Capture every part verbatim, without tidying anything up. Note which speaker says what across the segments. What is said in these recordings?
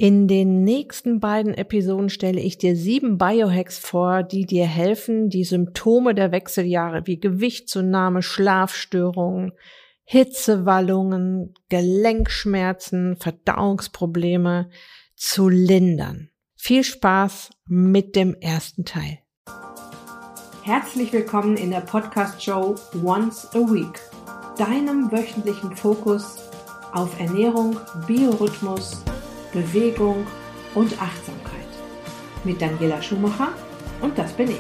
Speaker 1: In den nächsten beiden Episoden stelle ich dir sieben Biohacks vor, die dir helfen, die Symptome der Wechseljahre wie Gewichtszunahme, Schlafstörungen, Hitzewallungen, Gelenkschmerzen, Verdauungsprobleme zu lindern. Viel Spaß mit dem ersten Teil. Herzlich willkommen in der Podcast-Show Once a Week, deinem wöchentlichen Fokus auf Ernährung, Biorhythmus, Bewegung und Achtsamkeit. Mit Daniela Schumacher und das bin ich.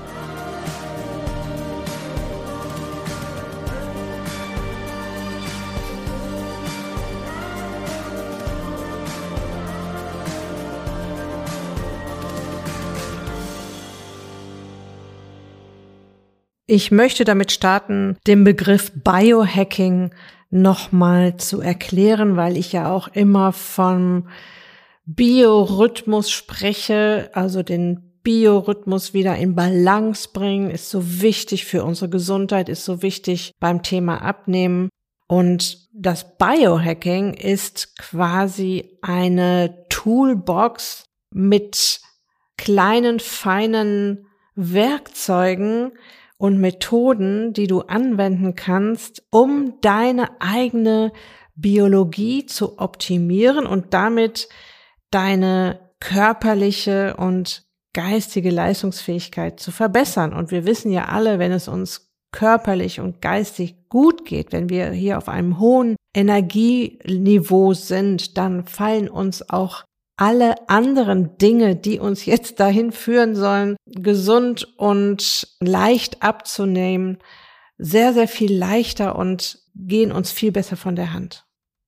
Speaker 1: Ich möchte damit starten, den Begriff Biohacking nochmal zu erklären, weil ich ja auch immer vom Biorhythmus spreche, also den Biorhythmus wieder in Balance bringen, ist so wichtig für unsere Gesundheit, ist so wichtig beim Thema Abnehmen. Und das Biohacking ist quasi eine Toolbox mit kleinen, feinen Werkzeugen und Methoden, die du anwenden kannst, um deine eigene Biologie zu optimieren und damit deine körperliche und geistige Leistungsfähigkeit zu verbessern. Und wir wissen ja alle, wenn es uns körperlich und geistig gut geht, wenn wir hier auf einem hohen Energieniveau sind, dann fallen uns auch alle anderen Dinge, die uns jetzt dahin führen sollen, gesund und leicht abzunehmen, sehr, sehr viel leichter und gehen uns viel besser von der Hand.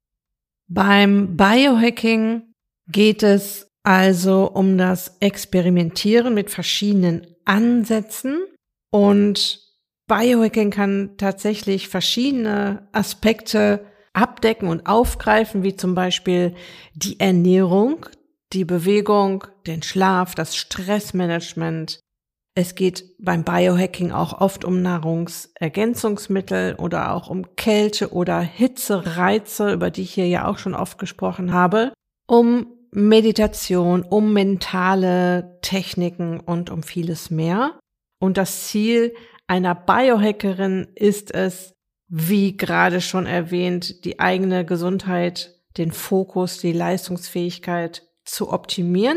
Speaker 1: Beim Biohacking geht es also um das Experimentieren mit verschiedenen Ansätzen und Biohacking kann tatsächlich verschiedene Aspekte abdecken und aufgreifen, wie zum Beispiel die Ernährung, die Bewegung, den Schlaf, das Stressmanagement. Es geht beim Biohacking auch oft um Nahrungsergänzungsmittel oder auch um Kälte- oder Hitzereize, über die ich hier ja auch schon oft gesprochen habe, um Meditation, um mentale Techniken und um vieles mehr. Und das Ziel einer Biohackerin ist es, wie gerade schon erwähnt, die eigene Gesundheit, den Fokus, die Leistungsfähigkeit zu optimieren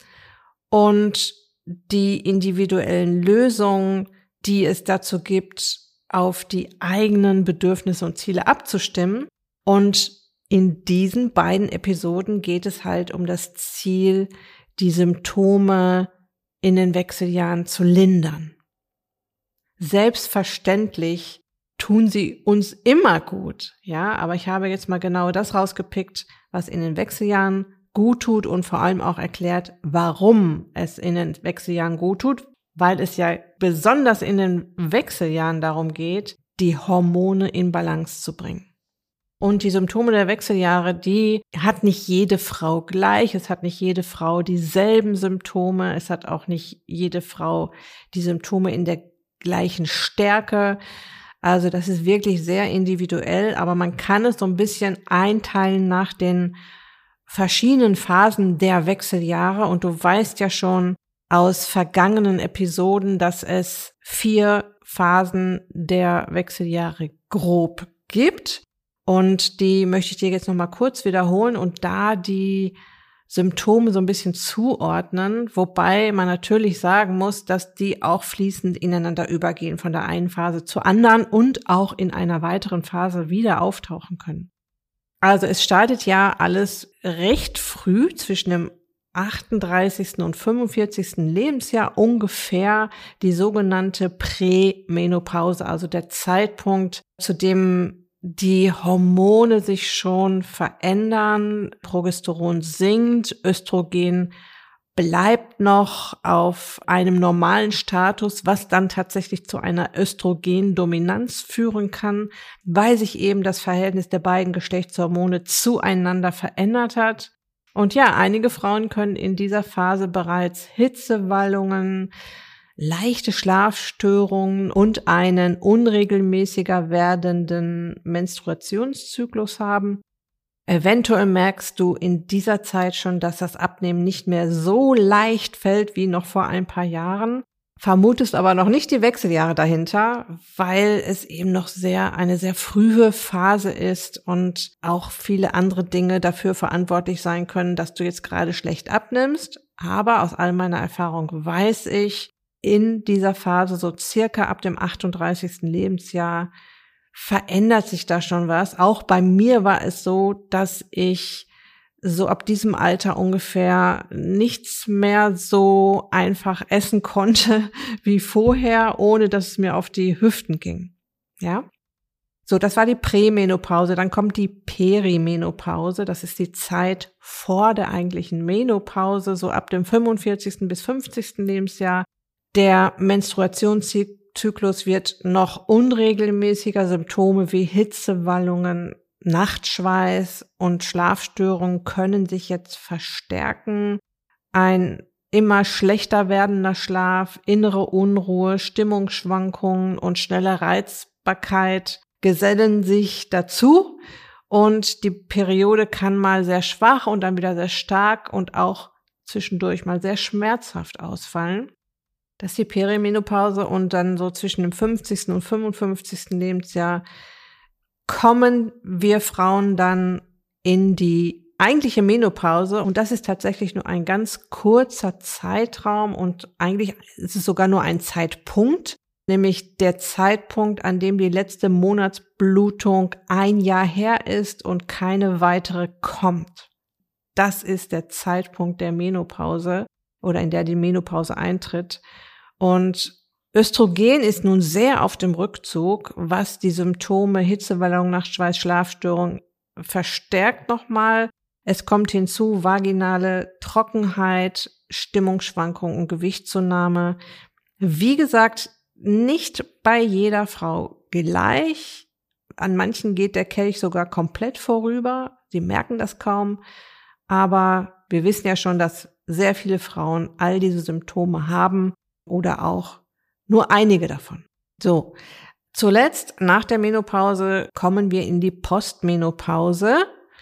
Speaker 1: und die individuellen Lösungen, die es dazu gibt, auf die eigenen Bedürfnisse und Ziele abzustimmen. Und in diesen beiden Episoden geht es halt um das Ziel, die Symptome in den Wechseljahren zu lindern. Selbstverständlich tun sie uns immer gut, ja, aber ich habe jetzt mal genau das rausgepickt, was in den Wechseljahren gut tut und vor allem auch erklärt, warum es in den Wechseljahren gut tut, weil es ja besonders in den Wechseljahren darum geht, die Hormone in Balance zu bringen. Und die Symptome der Wechseljahre, die hat nicht jede Frau gleich, es hat nicht jede Frau dieselben Symptome, es hat auch nicht jede Frau die Symptome in der gleichen Stärke. Also das ist wirklich sehr individuell, aber man kann es so ein bisschen einteilen nach den verschiedenen Phasen der Wechseljahre. Und du weißt ja schon aus vergangenen Episoden, dass es vier Phasen der Wechseljahre grob gibt. Und die möchte ich dir jetzt nochmal kurz wiederholen und da die Symptome so ein bisschen zuordnen, wobei man natürlich sagen muss, dass die auch fließend ineinander übergehen von der einen Phase zur anderen und auch in einer weiteren Phase wieder auftauchen können. Also es startet ja alles recht früh zwischen dem achtunddreißigsten und fünfundvierzigsten Lebensjahr ungefähr die sogenannte Prämenopause, also der Zeitpunkt, zu dem die Hormone sich schon verändern, Progesteron sinkt, Östrogen bleibt noch auf einem normalen Status, was dann tatsächlich zu einer Östrogendominanz führen kann, weil sich eben das Verhältnis der beiden Geschlechtshormone zueinander verändert hat. Und ja, einige Frauen können in dieser Phase bereits Hitzewallungen, leichte Schlafstörungen und einen unregelmäßiger werdenden Menstruationszyklus haben. Eventuell merkst du in dieser Zeit schon, dass das Abnehmen nicht mehr so leicht fällt wie noch vor ein paar Jahren. Vermutest aber noch nicht die Wechseljahre dahinter, weil es eben noch sehr eine sehr frühe Phase ist und auch viele andere Dinge dafür verantwortlich sein können, dass du jetzt gerade schlecht abnimmst. Aber aus all meiner Erfahrung weiß ich, in dieser Phase, so circa ab dem achtunddreißigsten Lebensjahr, verändert sich da schon was. Auch bei mir war es so, dass ich so ab diesem Alter ungefähr nichts mehr so einfach essen konnte wie vorher, ohne dass es mir auf die Hüften ging. Ja? So, das war die Prämenopause. Dann kommt die Perimenopause. Das ist die Zeit vor der eigentlichen Menopause, so ab dem fünfundvierzigsten bis fünfzigsten Lebensjahr. Der Menstruationszyklus wird noch unregelmäßiger. Symptome wie Hitzewallungen, Nachtschweiß und Schlafstörungen können sich jetzt verstärken. Ein immer schlechter werdender Schlaf, innere Unruhe, Stimmungsschwankungen und schnelle Reizbarkeit gesellen sich dazu. Und die Periode kann mal sehr schwach und dann wieder sehr stark und auch zwischendurch mal sehr schmerzhaft ausfallen. Das ist die Perimenopause und dann so zwischen dem fünfzigsten und fünfundfünfzigsten Lebensjahr kommen wir Frauen dann in die eigentliche Menopause und das ist tatsächlich nur ein ganz kurzer Zeitraum und eigentlich ist es sogar nur ein Zeitpunkt, nämlich der Zeitpunkt, an dem die letzte Monatsblutung ein Jahr her ist und keine weitere kommt. Das ist der Zeitpunkt der Menopause oder in der die Menopause eintritt. Und Östrogen ist nun sehr auf dem Rückzug, was die Symptome Hitzewallung, Nachtschweiß, Schlafstörung verstärkt nochmal. Es kommt hinzu vaginale Trockenheit, Stimmungsschwankungen und Gewichtszunahme. Wie gesagt, nicht bei jeder Frau gleich. An manchen geht der Kelch sogar komplett vorüber. Sie merken das kaum. Aber wir wissen ja schon, dass sehr viele Frauen all diese Symptome haben oder auch nur einige davon. So, zuletzt nach der Menopause kommen wir in die Postmenopause.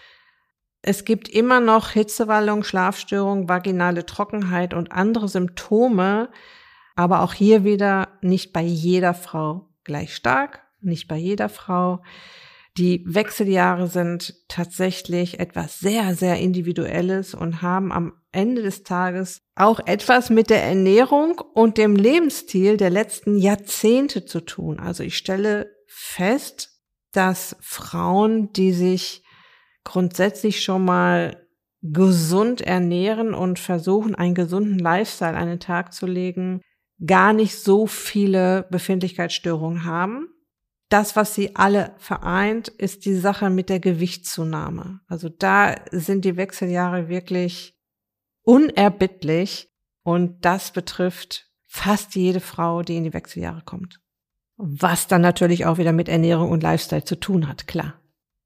Speaker 1: Es gibt immer noch Hitzewallung, Schlafstörung, vaginale Trockenheit und andere Symptome, aber auch hier wieder nicht bei jeder Frau gleich stark, nicht bei jeder Frau. Die Wechseljahre sind tatsächlich etwas sehr, sehr Individuelles und haben am Ende des Tages auch etwas mit der Ernährung und dem Lebensstil der letzten Jahrzehnte zu tun. Also ich stelle fest, dass Frauen, die sich grundsätzlich schon mal gesund ernähren und versuchen, einen gesunden Lifestyle an den Tag zu legen, gar nicht so viele Befindlichkeitsstörungen haben. Das, was sie alle vereint, ist die Sache mit der Gewichtszunahme. Also da sind die Wechseljahre wirklich unerbittlich und das betrifft fast jede Frau, die in die Wechseljahre kommt. Was dann natürlich auch wieder mit Ernährung und Lifestyle zu tun hat, klar.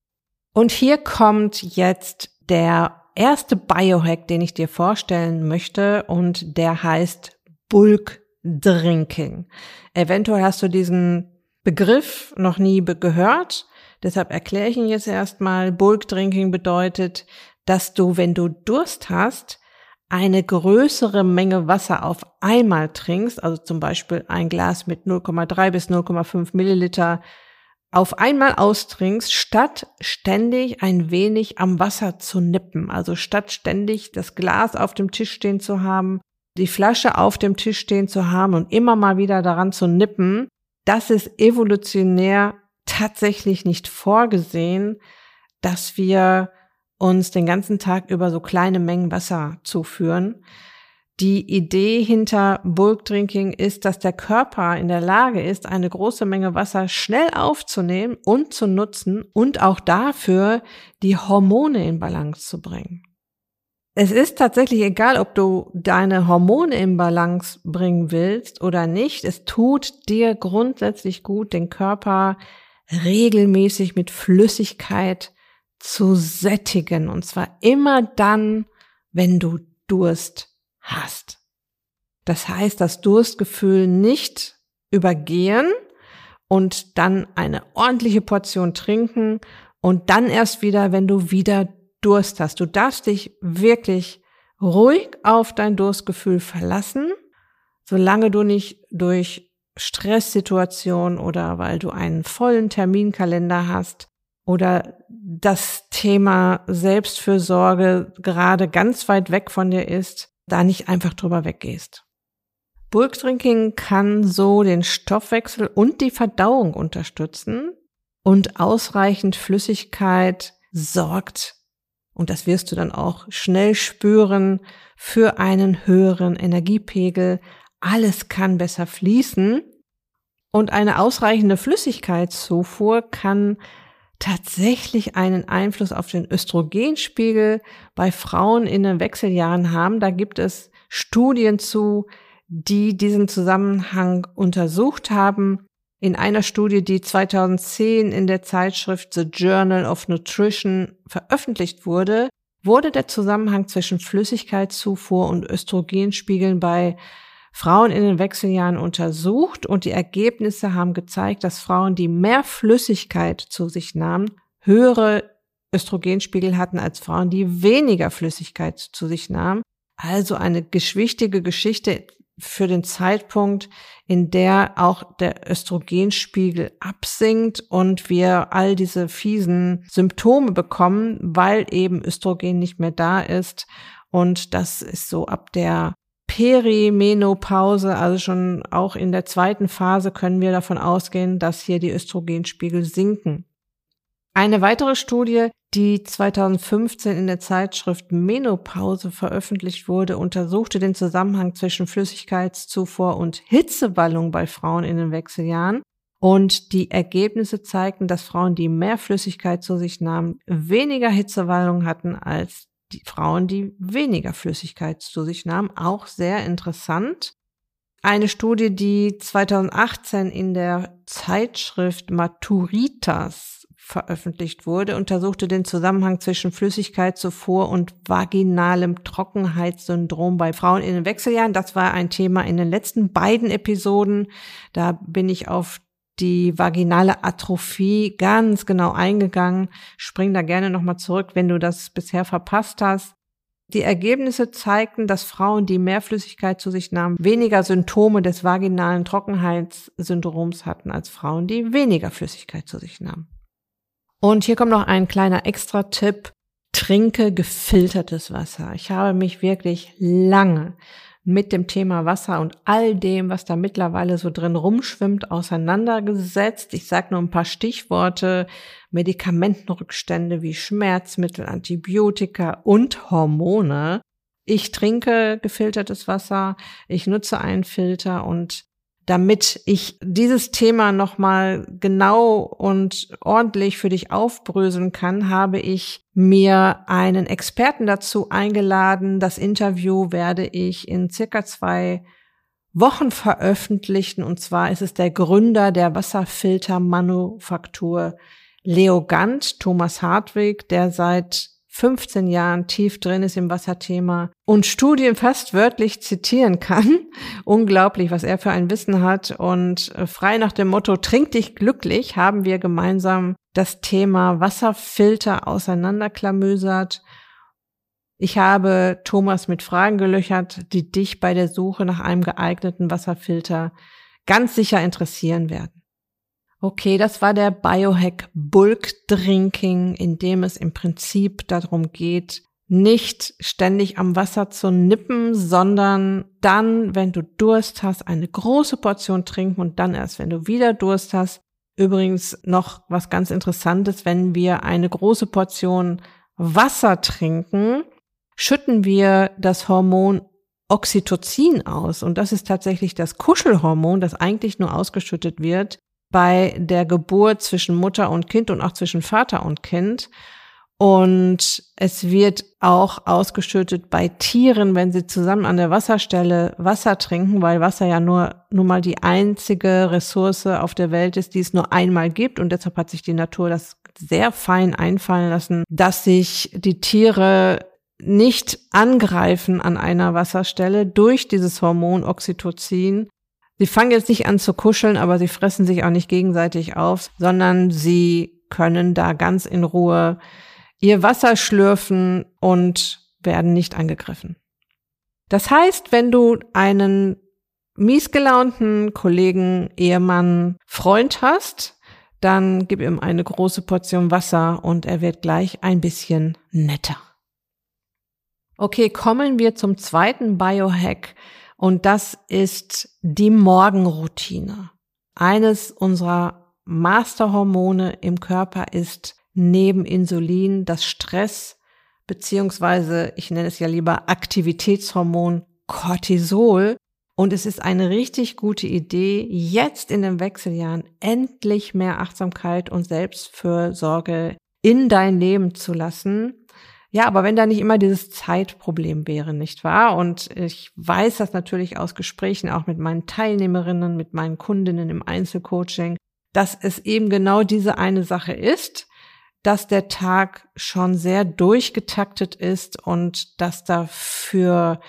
Speaker 1: Und hier kommt jetzt der erste Biohack, den ich dir vorstellen möchte und der heißt Bulk Drinking. Eventuell hast du diesen Begriff noch nie gehört, deshalb erkläre ich ihn jetzt erstmal. Bulk Drinking bedeutet, dass du, wenn du Durst hast, eine größere Menge Wasser auf einmal trinkst, also zum Beispiel ein Glas mit null Komma drei bis null Komma fünf Milliliter auf einmal austrinkst, statt ständig ein wenig am Wasser zu nippen. Also statt ständig das Glas auf dem Tisch stehen zu haben, die Flasche auf dem Tisch stehen zu haben und immer mal wieder daran zu nippen. Das ist evolutionär tatsächlich nicht vorgesehen, dass wir uns den ganzen Tag über so kleine Mengen Wasser zuführen. Die Idee hinter Bulk Drinking ist, dass der Körper in der Lage ist, eine große Menge Wasser schnell aufzunehmen und zu nutzen und auch dafür die Hormone in Balance zu bringen. Es ist tatsächlich egal, ob du deine Hormone in Balance bringen willst oder nicht. Es tut dir grundsätzlich gut, den Körper regelmäßig mit Flüssigkeit zu sättigen. Und zwar immer dann, wenn du Durst hast. Das heißt, das Durstgefühl nicht übergehen und dann eine ordentliche Portion trinken und dann erst wieder, wenn du wieder Durst hast. Du darfst dich wirklich ruhig auf dein Durstgefühl verlassen, solange du nicht durch Stresssituationen oder weil du einen vollen Terminkalender hast oder das Thema Selbstfürsorge gerade ganz weit weg von dir ist, da nicht einfach drüber weggehst. Bulk Drinking kann so den Stoffwechsel und die Verdauung unterstützen und ausreichend Flüssigkeit sorgt, und das wirst du dann auch schnell spüren, für einen höheren Energiepegel. Alles kann besser fließen und eine ausreichende Flüssigkeitszufuhr kann tatsächlich einen Einfluss auf den Östrogenspiegel bei Frauen in den Wechseljahren haben. Da gibt es Studien zu, die diesen Zusammenhang untersucht haben. In einer Studie, die zweitausendzehn in der Zeitschrift The Journal of Nutrition veröffentlicht wurde, wurde der Zusammenhang zwischen Flüssigkeitszufuhr und Östrogenspiegeln bei Frauen in den Wechseljahren untersucht und die Ergebnisse haben gezeigt, dass Frauen, die mehr Flüssigkeit zu sich nahmen, höhere Östrogenspiegel hatten als Frauen, die weniger Flüssigkeit zu sich nahmen. Also eine gewichtige Geschichte für den Zeitpunkt, in der auch der Östrogenspiegel absinkt und wir all diese fiesen Symptome bekommen, weil eben Östrogen nicht mehr da ist. Und das ist so ab der Perimenopause, also schon auch in der zweiten Phase können wir davon ausgehen, dass hier die Östrogenspiegel sinken. Eine weitere Studie, die zweitausendfünfzehn in der Zeitschrift Menopause veröffentlicht wurde, untersuchte den Zusammenhang zwischen Flüssigkeitszufuhr und Hitzewallung bei Frauen in den Wechseljahren. Und die Ergebnisse zeigten, dass Frauen, die mehr Flüssigkeit zu sich nahmen, weniger Hitzewallung hatten als die Frauen, die weniger Flüssigkeit zu sich nahmen. Auch sehr interessant. Eine Studie, die zweitausendachtzehn in der Zeitschrift Maturitas veröffentlicht wurde, untersuchte den Zusammenhang zwischen Flüssigkeitszufuhr und vaginalem Trockenheitssyndrom bei Frauen in den Wechseljahren. Das war ein Thema in den letzten beiden Episoden. Da bin ich auf die vaginale Atrophie ganz genau eingegangen. Spring da gerne nochmal zurück, wenn du das bisher verpasst hast. Die Ergebnisse zeigten, dass Frauen, die mehr Flüssigkeit zu sich nahmen, weniger Symptome des vaginalen Trockenheitssyndroms hatten als Frauen, die weniger Flüssigkeit zu sich nahmen. Und hier kommt noch ein kleiner Extra-Tipp. Trinke gefiltertes Wasser. Ich habe mich wirklich lange mit dem Thema Wasser und all dem, was da mittlerweile so drin rumschwimmt, auseinandergesetzt. Ich sage nur ein paar Stichworte: Medikamentenrückstände wie Schmerzmittel, Antibiotika und Hormone. Ich trinke gefiltertes Wasser, ich nutze einen Filter, und damit ich dieses Thema nochmal genau und ordentlich für dich aufbröseln kann, habe ich mir einen Experten dazu eingeladen. Das Interview werde ich in circa zwei Wochen veröffentlichen. Und zwar ist es der Gründer der Wasserfiltermanufaktur Leogant, Thomas Hartwig, der seit fünfzehn Jahren tief drin ist im Wasserthema und Studien fast wörtlich zitieren kann. Unglaublich, was er für ein Wissen hat. Und frei nach dem Motto "Trink dich glücklich" haben wir gemeinsam das Thema Wasserfilter auseinanderklamüsert. Ich habe Thomas mit Fragen gelöchert, die dich bei der Suche nach einem geeigneten Wasserfilter ganz sicher interessieren werden. Okay, das war der Biohack Bulk Drinking, in dem es im Prinzip darum geht, nicht ständig am Wasser zu nippen, sondern dann, wenn du Durst hast, eine große Portion trinken und dann erst, wenn du wieder Durst hast. Übrigens noch was ganz Interessantes: Wenn wir eine große Portion Wasser trinken, schütten wir das Hormon Oxytocin aus. Und das ist tatsächlich das Kuschelhormon, das eigentlich nur ausgeschüttet wird bei der Geburt zwischen Mutter und Kind und auch zwischen Vater und Kind. Und es wird auch ausgeschüttet bei Tieren, wenn sie zusammen an der Wasserstelle Wasser trinken, weil Wasser ja nur, nur mal die einzige Ressource auf der Welt ist, die es nur einmal gibt. Und deshalb hat sich die Natur das sehr fein einfallen lassen, dass sich die Tiere nicht angreifen an einer Wasserstelle durch dieses Hormon Oxytocin. Sie fangen jetzt nicht an zu kuscheln, aber sie fressen sich auch nicht gegenseitig auf, sondern sie können da ganz in Ruhe ihr Wasser schlürfen und werden nicht angegriffen. Das heißt, wenn du einen miesgelaunten Kollegen, Ehemann, Freund hast, dann gib ihm eine große Portion Wasser und er wird gleich ein bisschen netter. Okay, kommen wir zum zweiten Biohack und das ist die Morgenroutine. Eines unserer Masterhormone im Körper ist neben Insulin das Stress, beziehungsweise ich nenne es ja lieber Aktivitätshormon Cortisol. Und es ist eine richtig gute Idee, jetzt in den Wechseljahren endlich mehr Achtsamkeit und Selbstfürsorge in dein Leben zu lassen. Ja, aber wenn da nicht immer dieses Zeitproblem wäre, nicht wahr? Und ich weiß das natürlich aus Gesprächen auch mit meinen Teilnehmerinnen, mit meinen Kundinnen im Einzelcoaching, dass es eben genau diese eine Sache ist, dass der Tag schon sehr durchgetaktet ist und dass dafür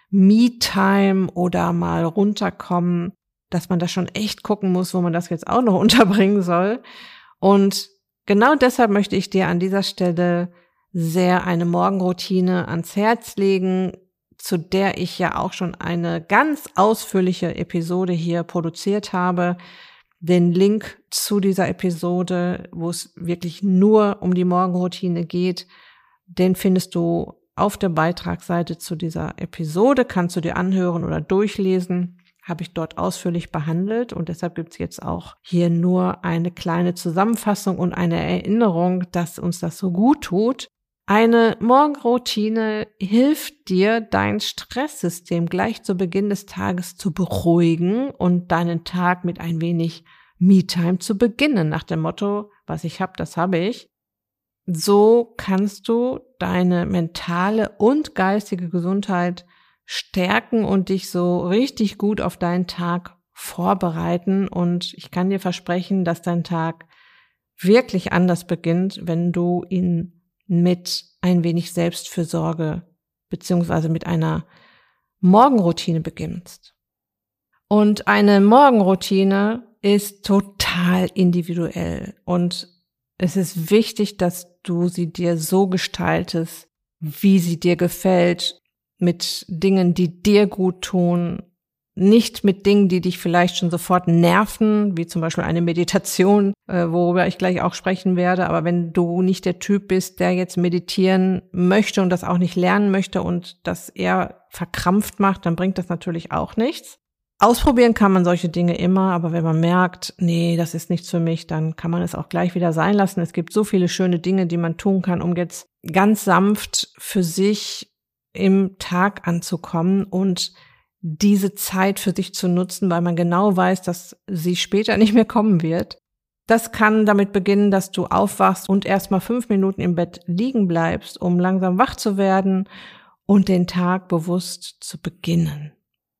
Speaker 1: Me-Time oder mal runterkommen, dass man da schon echt gucken muss, wo man das jetzt auch noch unterbringen soll. Und genau deshalb möchte ich dir an dieser Stelle sehr eine Morgenroutine ans Herz legen, zu der ich ja auch schon eine ganz ausführliche Episode hier produziert habe. Den Link zu dieser Episode, wo es wirklich nur um die Morgenroutine geht, den findest du auf der Beitragsseite zu dieser Episode, kannst du dir anhören oder durchlesen, habe ich dort ausführlich behandelt und deshalb gibt es jetzt auch hier nur eine kleine Zusammenfassung und eine Erinnerung, dass uns das so gut tut. Eine Morgenroutine hilft dir, dein Stresssystem gleich zu Beginn des Tages zu beruhigen und deinen Tag mit ein wenig Me-Time zu beginnen, nach dem Motto, was ich habe, das habe ich. So kannst du deine mentale und geistige Gesundheit stärken und dich so richtig gut auf deinen Tag vorbereiten. Und ich kann dir versprechen, dass dein Tag wirklich anders beginnt, wenn du ihn mit ein wenig Selbstfürsorge beziehungsweise mit einer Morgenroutine beginnst. Und eine Morgenroutine ist total individuell und es ist wichtig, dass du sie dir so gestaltest, wie sie dir gefällt, mit Dingen, die dir gut tun, nicht mit Dingen, die dich vielleicht schon sofort nerven, wie zum Beispiel eine Meditation, äh, worüber ich gleich auch sprechen werde. Aber wenn du nicht der Typ bist, der jetzt meditieren möchte und das auch nicht lernen möchte und das eher verkrampft macht, dann bringt das natürlich auch nichts. Ausprobieren kann man solche Dinge immer, aber wenn man merkt, nee, das ist nichts für mich, dann kann man es auch gleich wieder sein lassen. Es gibt so viele schöne Dinge, die man tun kann, um jetzt ganz sanft für sich im Tag anzukommen und diese Zeit für sich zu nutzen, weil man genau weiß, dass sie später nicht mehr kommen wird. Das kann damit beginnen, dass du aufwachst und erstmal fünf Minuten im Bett liegen bleibst, um langsam wach zu werden und den Tag bewusst zu beginnen.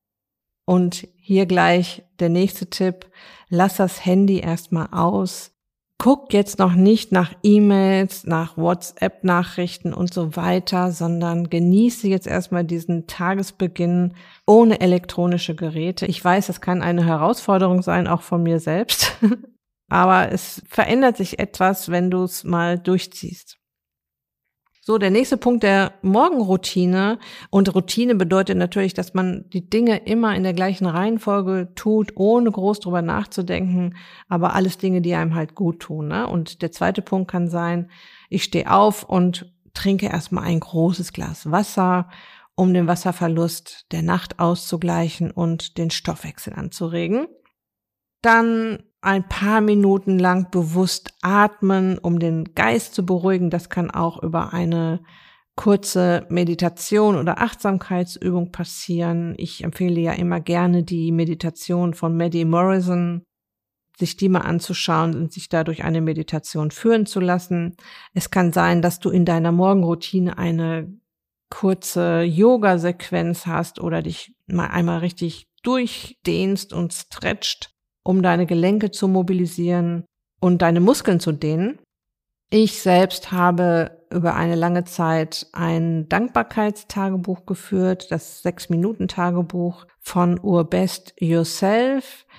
Speaker 1: Und hier gleich der nächste Tipp, lass das Handy erstmal aus. Guck jetzt noch nicht nach E-Mails, nach WhatsApp-Nachrichten und so weiter, sondern genieße jetzt erstmal diesen Tagesbeginn ohne elektronische Geräte. Ich weiß, das kann eine Herausforderung sein, auch von mir selbst, aber es verändert sich etwas, wenn du es mal durchziehst. So, der nächste Punkt der Morgenroutine. Und Routine bedeutet natürlich, dass man die Dinge immer in der gleichen Reihenfolge tut, ohne groß drüber nachzudenken, aber alles Dinge, die einem halt gut tun, ne? Und der zweite Punkt kann sein, ich stehe auf und trinke erstmal ein großes Glas Wasser, um den Wasserverlust der Nacht auszugleichen und den Stoffwechsel anzuregen. Dann ein paar Minuten lang bewusst atmen, um den Geist zu beruhigen. Das kann auch über eine kurze Meditation oder Achtsamkeitsübung passieren. Ich empfehle ja immer gerne die Meditation von Maddie Morrison, sich die mal anzuschauen und sich dadurch eine Meditation führen zu lassen. Es kann sein, dass du in deiner Morgenroutine eine kurze Yoga-Sequenz hast oder dich mal einmal richtig durchdehnst und stretcht, um deine Gelenke zu mobilisieren und deine Muskeln zu dehnen. Ich selbst habe über eine lange Zeit ein Dankbarkeitstagebuch geführt, das Sechs-Minuten-Tagebuch von Your Best Yourself.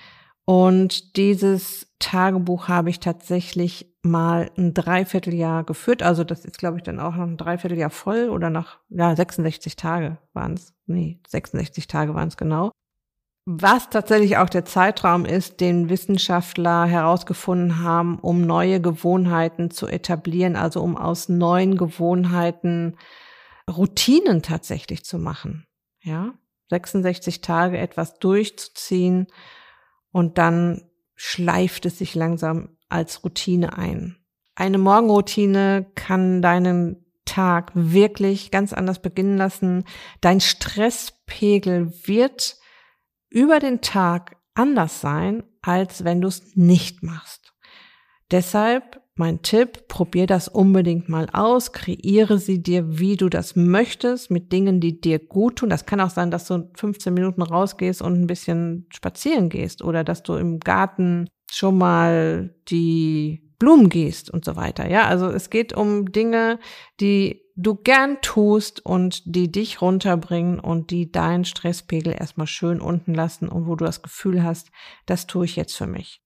Speaker 1: Und dieses Tagebuch habe ich tatsächlich mal ein Dreivierteljahr geführt. Also das ist, glaube ich, dann auch noch ein Dreivierteljahr voll oder nach, ja, sechsundsechzig Tage waren es. Nee, sechsundsechzig Tage waren es genau. Was tatsächlich auch der Zeitraum ist, den Wissenschaftler herausgefunden haben, um neue Gewohnheiten zu etablieren, also um aus neuen Gewohnheiten Routinen tatsächlich zu machen. Ja, sechsundsechzig Tage etwas durchzuziehen und dann schleift es sich langsam als Routine ein. Eine Morgenroutine kann deinen Tag wirklich ganz anders beginnen lassen. Dein Stresspegel wird über den Tag anders sein, als wenn du es nicht machst. Deshalb mein Tipp, probier das unbedingt mal aus, kreiere sie dir, wie du das möchtest, mit Dingen, die dir gut tun. Das kann auch sein, dass du fünfzehn Minuten rausgehst und ein bisschen spazieren gehst oder dass du im Garten schon mal die Blumen gießt und so weiter. Ja, also es geht um Dinge, die du gern tust und die dich runterbringen und die deinen Stresspegel erstmal schön unten lassen und wo du das Gefühl hast, das tue ich jetzt für mich.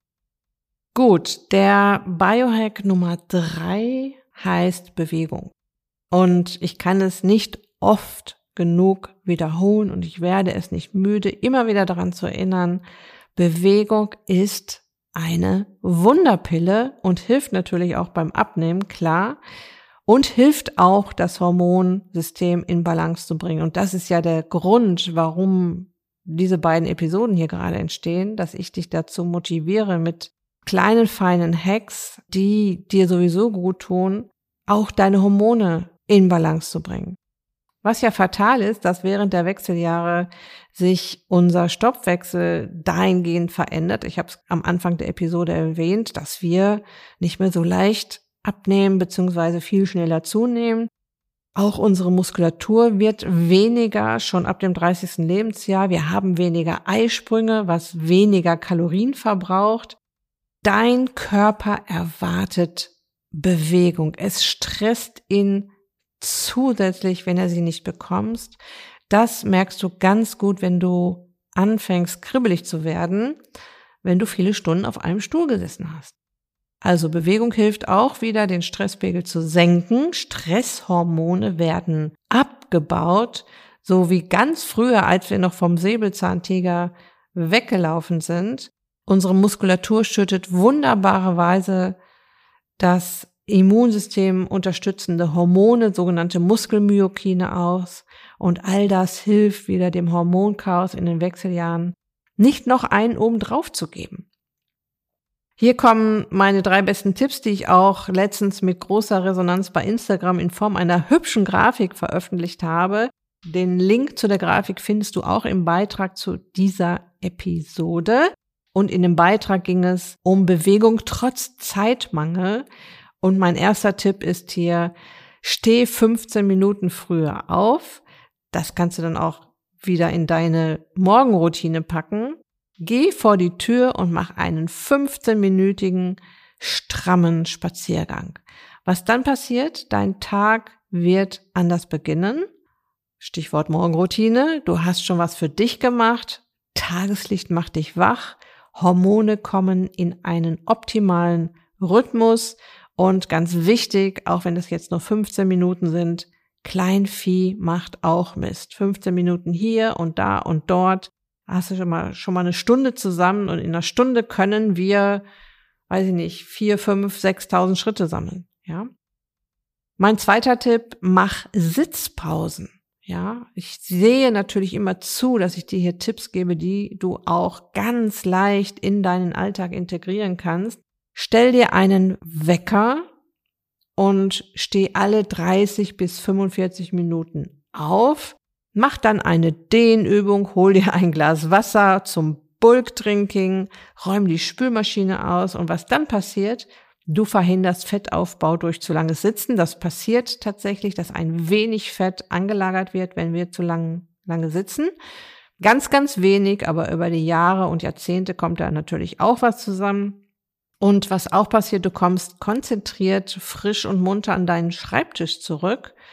Speaker 1: Gut, der Biohack Nummer drei heißt Bewegung. Und ich kann es nicht oft genug wiederholen und ich werde es nicht müde, immer wieder daran zu erinnern, Bewegung ist eine Wunderpille und hilft natürlich auch beim Abnehmen, klar, und hilft auch, das Hormonsystem in Balance zu bringen. Und das ist ja der Grund, warum diese beiden Episoden hier gerade entstehen, dass ich dich dazu motiviere, mit kleinen, feinen Hacks, die dir sowieso gut tun, auch deine Hormone in Balance zu bringen. Was ja fatal ist, dass während der Wechseljahre sich unser Stoffwechsel dahingehend verändert. Ich habe es am Anfang der Episode erwähnt, dass wir nicht mehr so leicht abnehmen bzw. viel schneller zunehmen. Auch unsere Muskulatur wird weniger, schon ab dem dreißigsten Lebensjahr. Wir haben weniger Eisprünge, was weniger Kalorien verbraucht. Dein Körper erwartet Bewegung. Es stresst ihn zusätzlich, wenn er sie nicht bekommst. Das merkst du ganz gut, wenn du anfängst, kribbelig zu werden, wenn du viele Stunden auf einem Stuhl gesessen hast. Also Bewegung hilft auch wieder, den Stresspegel zu senken. Stresshormone werden abgebaut, so wie ganz früher, als wir noch vom Säbelzahntiger weggelaufen sind. Unsere Muskulatur schüttet wunderbarerweise das Immunsystem unterstützende Hormone, sogenannte Muskelmyokine aus. Und all das hilft wieder dem Hormonchaos in den Wechseljahren nicht noch einen oben drauf zu geben. Hier kommen meine drei besten Tipps, die ich auch letztens mit großer Resonanz bei Instagram in Form einer hübschen Grafik veröffentlicht habe. Den Link zu der Grafik findest du auch im Beitrag zu dieser Episode. Und in dem Beitrag ging es um Bewegung trotz Zeitmangel. Und mein erster Tipp ist hier, steh fünfzehn Minuten früher auf. Das kannst du dann auch wieder in deine Morgenroutine packen. Geh vor die Tür und mach einen fünfzehnminütigen strammen Spaziergang. Was dann passiert? Dein Tag wird anders beginnen. Stichwort Morgenroutine. Du hast schon was für dich gemacht. Tageslicht macht dich wach. Hormone kommen in einen optimalen Rhythmus. Und ganz wichtig, auch wenn das jetzt nur fünfzehn Minuten sind, Kleinvieh macht auch Mist. fünfzehn Minuten hier und da und dort. Hast du schon mal, schon mal eine Stunde zusammen und in einer Stunde können wir, weiß ich nicht, vier, fünf, sechstausend Schritte sammeln, ja. Mein zweiter Tipp, mach Sitzpausen, ja. Ich sehe natürlich immer zu, dass ich dir hier Tipps gebe, die du auch ganz leicht in deinen Alltag integrieren kannst. Stell dir einen Wecker und steh alle dreißig bis fünfundvierzig Minuten auf. Mach dann eine Dehnübung, hol dir ein Glas Wasser zum Bulk-Drinking, räum die Spülmaschine aus und was dann passiert, du verhinderst Fettaufbau durch zu langes Sitzen. Das passiert tatsächlich, dass ein wenig Fett angelagert wird, wenn wir zu lang, lange sitzen. Ganz, ganz wenig, aber über die Jahre und Jahrzehnte kommt da natürlich auch was zusammen. Und was auch passiert, du kommst konzentriert, frisch und munter an deinen Schreibtisch zurück.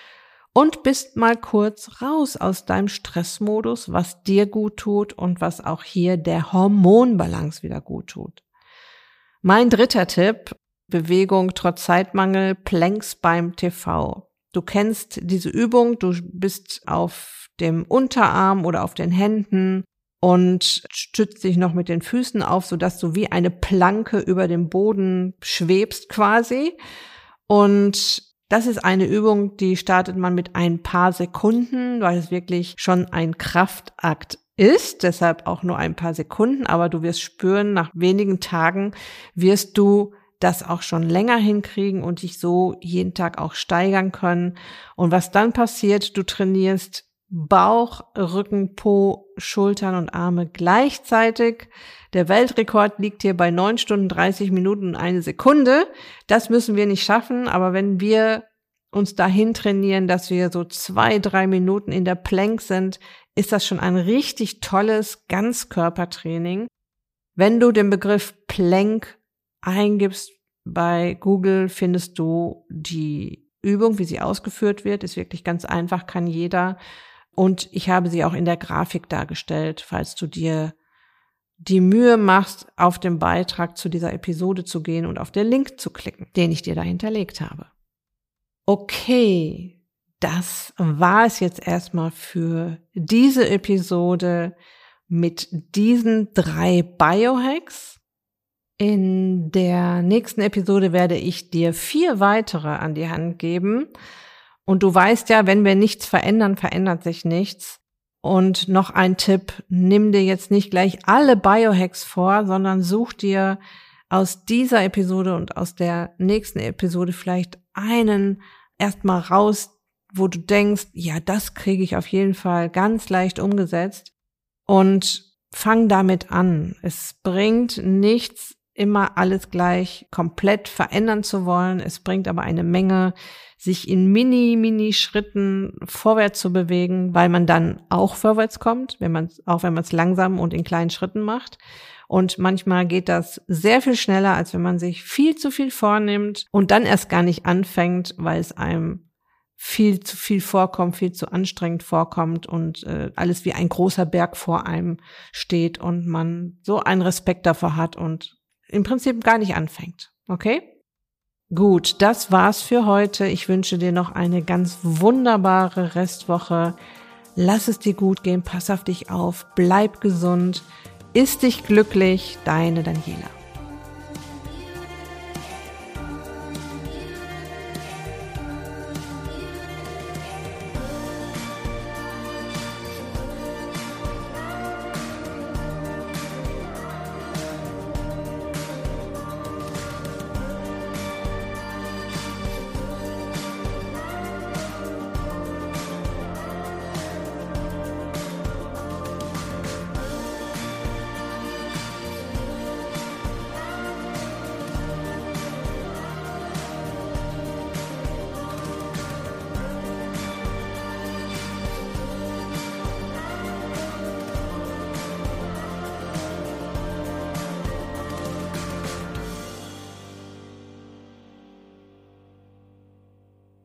Speaker 1: und bist mal kurz raus aus deinem Stressmodus, was dir gut tut und was auch hier der Hormonbalance wieder gut tut. Mein dritter Tipp: Bewegung trotz Zeitmangel, Planks beim T V. Du kennst diese Übung, du bist auf dem Unterarm oder auf den Händen und stützt dich noch mit den Füßen auf, sodass du wie eine Planke über dem Boden schwebst quasi. Und das ist eine Übung, die startet man mit ein paar Sekunden, weil es wirklich schon ein Kraftakt ist, deshalb auch nur ein paar Sekunden, aber du wirst spüren, nach wenigen Tagen wirst du das auch schon länger hinkriegen und dich so jeden Tag auch steigern können. Und was dann passiert, du trainierst Bauch, Rücken, Po, Schultern und Arme gleichzeitig. Der Weltrekord liegt hier bei neun Stunden dreißig Minuten und eine Sekunde. Das müssen wir nicht schaffen, aber wenn wir uns dahin trainieren, dass wir so zwei, drei Minuten in der Plank sind, ist das schon ein richtig tolles Ganzkörpertraining. Wenn du den Begriff Plank eingibst bei Google, findest du die Übung, wie sie ausgeführt wird. Ist wirklich ganz einfach, kann jeder. Und ich habe sie auch in der Grafik dargestellt, falls du dir die Mühe machst, auf den Beitrag zu dieser Episode zu gehen und auf den Link zu klicken, den ich dir da hinterlegt habe. Okay, das war es jetzt erstmal für diese Episode mit diesen drei Biohacks. In der nächsten Episode werde ich dir vier weitere an die Hand geben. Und du weißt ja, wenn wir nichts verändern, verändert sich nichts. Und noch ein Tipp: Nimm dir jetzt nicht gleich alle Biohacks vor, sondern such dir aus dieser Episode und aus der nächsten Episode vielleicht einen erstmal raus, wo du denkst, ja, das kriege ich auf jeden Fall ganz leicht umgesetzt, und fang damit an. Es bringt nichts, immer alles gleich komplett verändern zu wollen. Es bringt aber eine Menge, sich in mini, mini Schritten vorwärts zu bewegen, weil man dann auch vorwärts kommt, wenn man auch wenn man es langsam und in kleinen Schritten macht. Und manchmal geht das sehr viel schneller, als wenn man sich viel zu viel vornimmt und dann erst gar nicht anfängt, weil es einem viel zu viel vorkommt, viel zu anstrengend vorkommt und äh, alles wie ein großer Berg vor einem steht und man so einen Respekt davor hat und im Prinzip gar nicht anfängt. Okay? Gut, das war's für heute. Ich wünsche dir noch eine ganz wunderbare Restwoche. Lass es dir gut gehen, pass auf dich auf, bleib gesund, iss dich glücklich, deine Daniela.